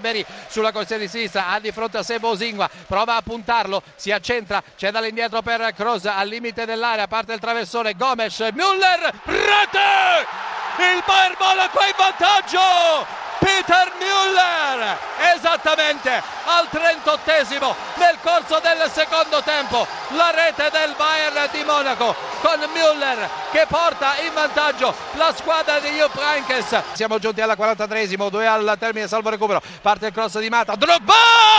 Ribéry sulla corsia di sinistra, ha di fronte a sé Bosingua, prova a puntarlo, si accentra, c'è dall'indietro per Kroos al limite dell'area, parte il traversone, Gomes, Müller, rete! Il Bayern Monaco è in vantaggio! Peter Müller, esattamente al 38esimo nel corso del secondo tempo, la rete del Bayern di Monaco con Müller che porta in vantaggio la squadra di Jupp Heynckes. Siamo giunti alla 43esimo, 2 al termine, salvo recupero, parte il cross di Mata, Drogba!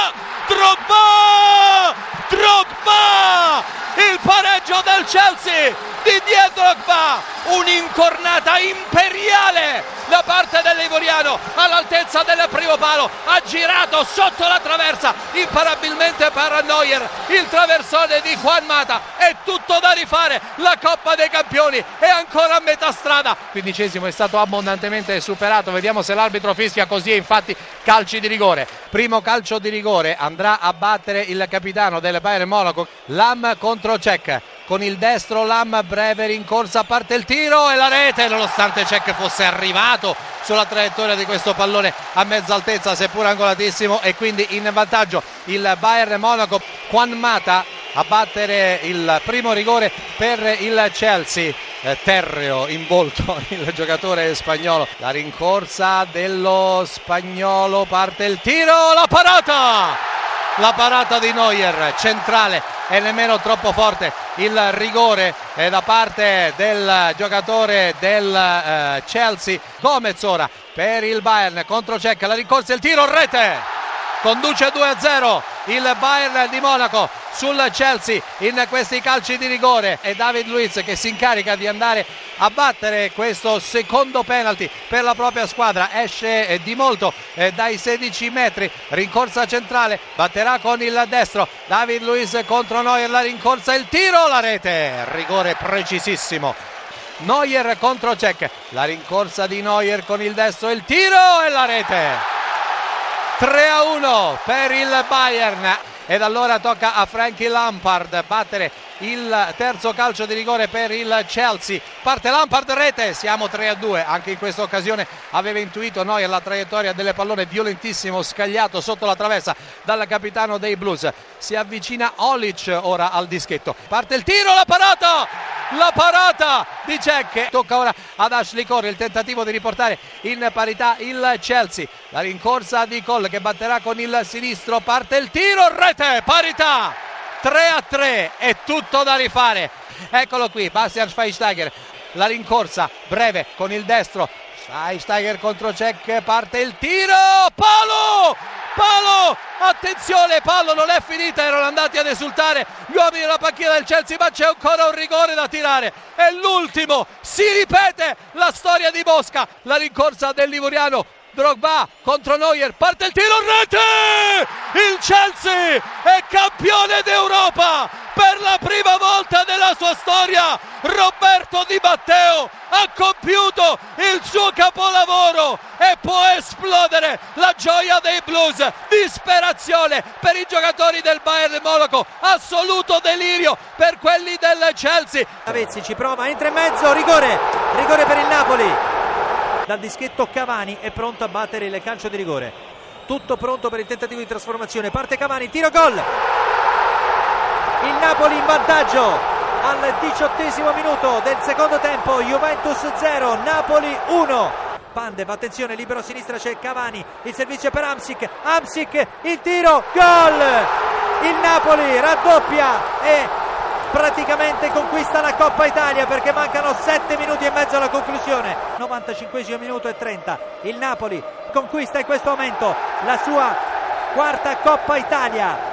Il pareggio del Chelsea, Didier Drogba, un'incornata imperiale da parte dell'ivoriano all'altezza del primo palo, ha girato sotto la traversa imparabilmente per Neuer, il traversone di Juan Mata, è tutto da rifare, la Coppa dei Campioni è ancora a metà strada. 15esimo è stato abbondantemente superato, vediamo se l'arbitro fischia, così è infatti calci di rigore. Primo calcio di rigore, andrà a battere il capitano del Bayern Monaco, Lam contro Cech. Con il destro Lam, breve rincorsa, parte il tiro e la rete, nonostante Cech fosse arrivato sulla traiettoria di questo pallone a mezza altezza, seppur angolatissimo, e quindi in vantaggio il Bayern Monaco. Juan Mata a battere il primo rigore per il Chelsea, terreo in volto il giocatore spagnolo, la rincorsa dello spagnolo, parte il tiro, la parata di Neuer, centrale e nemmeno troppo forte il rigore da parte del giocatore del Chelsea. Gomez ora per il Bayern contro Cech, la rincorsa e il tiro, rete! Conduce 2-0 il Bayern di Monaco sul Chelsea in questi calci di rigore, e David Luiz che si incarica di andare a battere questo secondo penalty per la propria squadra. Esce di molto dai 16 metri, rincorsa centrale, batterà con il destro David Luiz contro Neuer, la rincorsa, il tiro, la rete, rigore precisissimo. Neuer contro Cech, la rincorsa di Neuer con il destro, il tiro e la rete. 3-1 per il Bayern, ed allora tocca a Frankie Lampard battere il terzo calcio di rigore per il Chelsea. Parte Lampard, rete, siamo 3-2. Anche in questa occasione aveva intuito Neuer la traiettoria del pallone, violentissimo, scagliato sotto la traversa dal capitano dei Blues. Si avvicina Olic ora al dischetto, parte il tiro, la parata di Cech. Tocca ora ad Ashley Cole il tentativo di riportare in parità il Chelsea, la rincorsa di Cole che batterà con il sinistro, parte il tiro, rete, parità, 3-3, è tutto da rifare. Eccolo qui Bastian Schweinsteiger, la rincorsa breve con il destro, Schweinsteiger contro Cech, parte il tiro, palo, attenzione, palo, non è finita, erano andati ad esultare gli uomini della panchina del Chelsea, ma c'è ancora un rigore da tirare, è l'ultimo, si ripete la storia di Mosca, la rincorsa del livoriano Drogba contro Neuer, parte il tiro, rete! Il Chelsea è campione d'Europa per la prima volta nella sua storia. Roberto Di Matteo ha compiuto il suo capolavoro e può esplodere la gioia dei Blues, disperazione per i giocatori del Bayern Monaco, assoluto delirio per quelli del Chelsea. Avezzi ci prova, entra in mezzo, rigore per il Napoli. Dal dischetto Cavani è pronto a battere il calcio di rigore, tutto pronto per il tentativo di trasformazione, parte Cavani, tiro, gol, il Napoli in vantaggio al 18esimo minuto del secondo tempo, Juventus 0, Napoli 1. Pandev, attenzione, libero a sinistra c'è Cavani, il servizio per Hamsik, il tiro, gol, il Napoli raddoppia e praticamente conquista la Coppa Italia, perché mancano 7 minuti e mezzo alla conclusione. 95esimo minuto e 30, il Napoli conquista in questo momento la sua quarta Coppa Italia.